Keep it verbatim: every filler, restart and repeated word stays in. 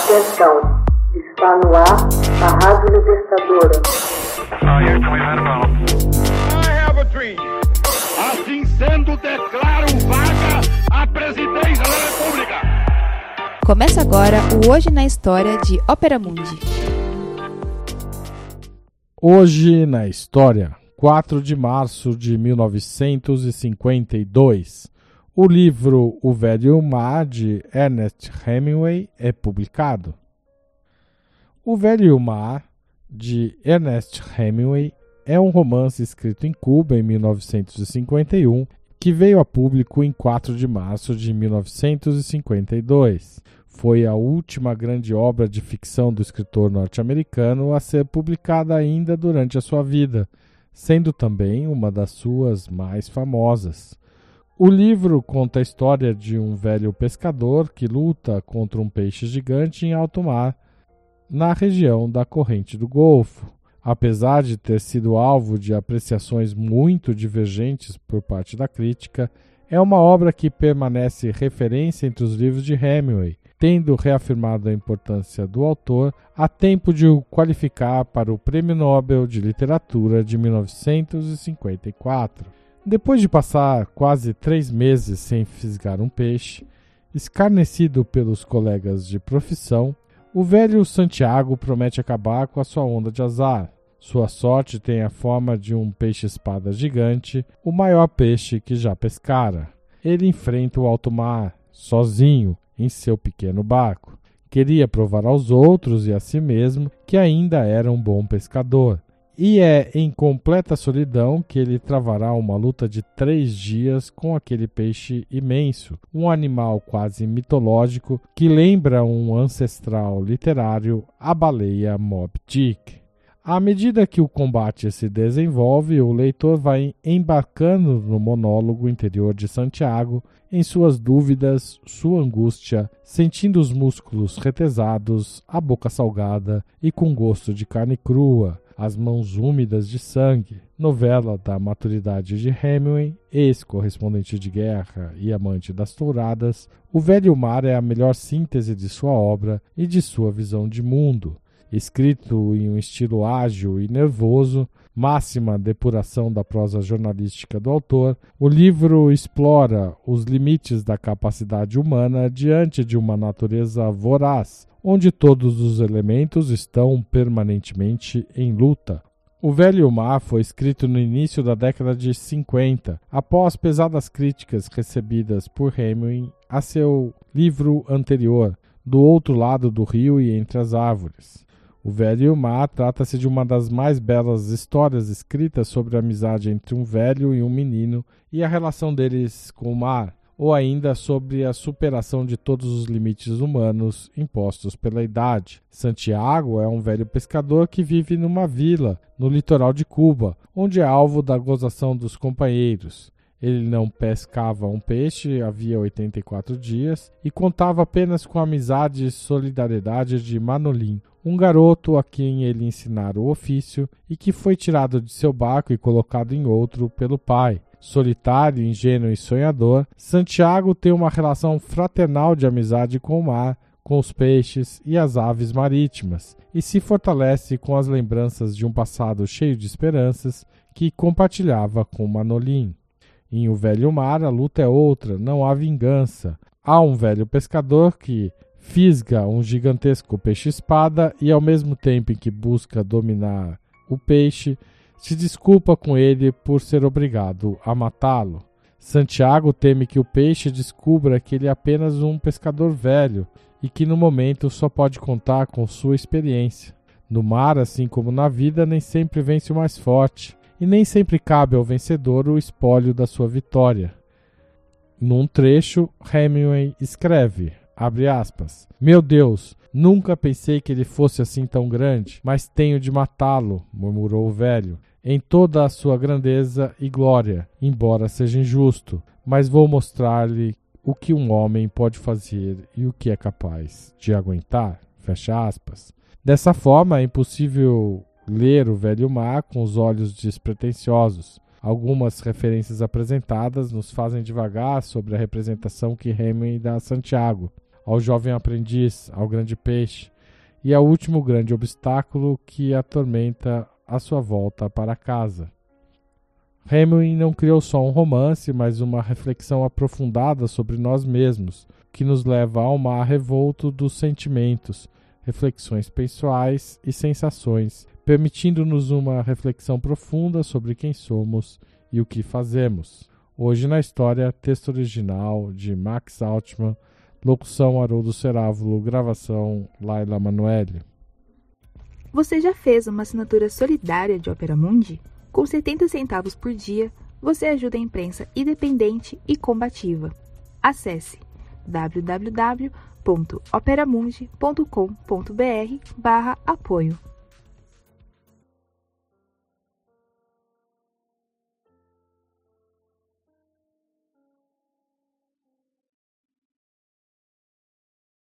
Atenção, está no ar a Rádio Libertadora. Assim sendo, declaro vaga a presidência da República. Começa agora o Hoje na História de Ópera Mundi. Hoje na História, quatro de março de mil novecentos e cinquenta e dois. O livro O Velho e o Mar, de Ernest Hemingway, é publicado. O Velho e o Mar, de Ernest Hemingway, é um romance escrito em Cuba em mil novecentos e cinquenta e um, que veio a público em quatro de março de mil novecentos e cinquenta e dois. Foi a última grande obra de ficção do escritor norte-americano a ser publicada ainda durante a sua vida, sendo também uma das suas mais famosas. O livro conta a história de um velho pescador que luta contra um peixe gigante em alto mar, na região da corrente do Golfo. Apesar de ter sido alvo de apreciações muito divergentes por parte da crítica, é uma obra que permanece referência entre os livros de Hemingway, tendo reafirmado a importância do autor a tempo de o qualificar para o Prêmio Nobel de Literatura de mil novecentos e cinquenta e quatro. Depois de passar quase três meses sem fisgar um peixe, escarnecido pelos colegas de profissão, o velho Santiago promete acabar com a sua onda de azar. Sua sorte tem a forma de um peixe-espada gigante, o maior peixe que já pescara. Ele enfrenta o alto mar, sozinho, em seu pequeno barco. Queria provar aos outros e a si mesmo que ainda era um bom pescador. E é em completa solidão que ele travará uma luta de três dias com aquele peixe imenso, um animal quase mitológico que lembra um ancestral literário, a baleia Moby Dick. À medida que o combate se desenvolve, o leitor vai embarcando no monólogo interior de Santiago, em suas dúvidas, sua angústia, sentindo os músculos retesados, a boca salgada e com gosto de carne crua, as mãos úmidas de sangue. Novela da maturidade de Hemingway, ex-correspondente de guerra e amante das touradas, O Velho e o Mar é a melhor síntese de sua obra e de sua visão de mundo. Escrito em um estilo ágil e nervoso, máxima depuração da prosa jornalística do autor, o livro explora os limites da capacidade humana diante de uma natureza voraz, onde todos os elementos estão permanentemente em luta. O Velho e o Mar foi escrito no início da década de cinquenta, após pesadas críticas recebidas por Hemingway a seu livro anterior, Do Outro Lado do Rio e Entre as Árvores. O Velho e o Mar trata-se de uma das mais belas histórias escritas sobre a amizade entre um velho e um menino e a relação deles com o mar, ou ainda sobre a superação de todos os limites humanos impostos pela idade. Santiago é um velho pescador que vive numa vila, no litoral de Cuba, onde é alvo da gozação dos companheiros. Ele não pescava um peixe havia oitenta e quatro dias e contava apenas com a amizade e solidariedade de Manolim, um garoto a quem ele ensinara o ofício e que foi tirado de seu barco e colocado em outro pelo pai. Solitário, ingênuo e sonhador, Santiago tem uma relação fraternal de amizade com o mar, com os peixes e as aves marítimas, e se fortalece com as lembranças de um passado cheio de esperanças que compartilhava com Manolim. Em O Velho e o Mar, a luta é outra, não há vingança. Há um velho pescador que fisga um gigantesco peixe-espada e, ao mesmo tempo em que busca dominar o peixe, se desculpa com ele por ser obrigado a matá-lo. Santiago teme que o peixe descubra que ele é apenas um pescador velho e que no momento só pode contar com sua experiência. No mar, assim como na vida, nem sempre vence o mais forte e nem sempre cabe ao vencedor o espólio da sua vitória. Num trecho, Hemingway escreve, abre aspas, "Meu Deus, nunca pensei que ele fosse assim tão grande, mas tenho de matá-lo", murmurou o velho, "em toda a sua grandeza e glória, embora seja injusto, mas vou mostrar-lhe o que um homem pode fazer e o que é capaz de aguentar", fecha aspas. Dessa forma, é impossível ler O Velho e o Mar com os olhos despretensiosos. Algumas referências apresentadas nos fazem divagar sobre a representação que Hemingway dá a Santiago. ao jovem aprendiz, ao grande peixe e ao último grande obstáculo que atormenta a sua volta para casa. Hemingway não criou só um romance, mas uma reflexão aprofundada sobre nós mesmos, que nos leva ao mar revolto dos sentimentos, reflexões pessoais e sensações, permitindo-nos uma reflexão profunda sobre quem somos e o que fazemos. Hoje na história, texto original de Max Altman, locução Haroldo Cerávulo, gravação Laila Manoeli. Você já fez uma assinatura solidária de Opera Mundi? Com setenta centavos por dia, você ajuda a imprensa independente e combativa. Acesse w w w ponto operamundi ponto com ponto b r barra apoio.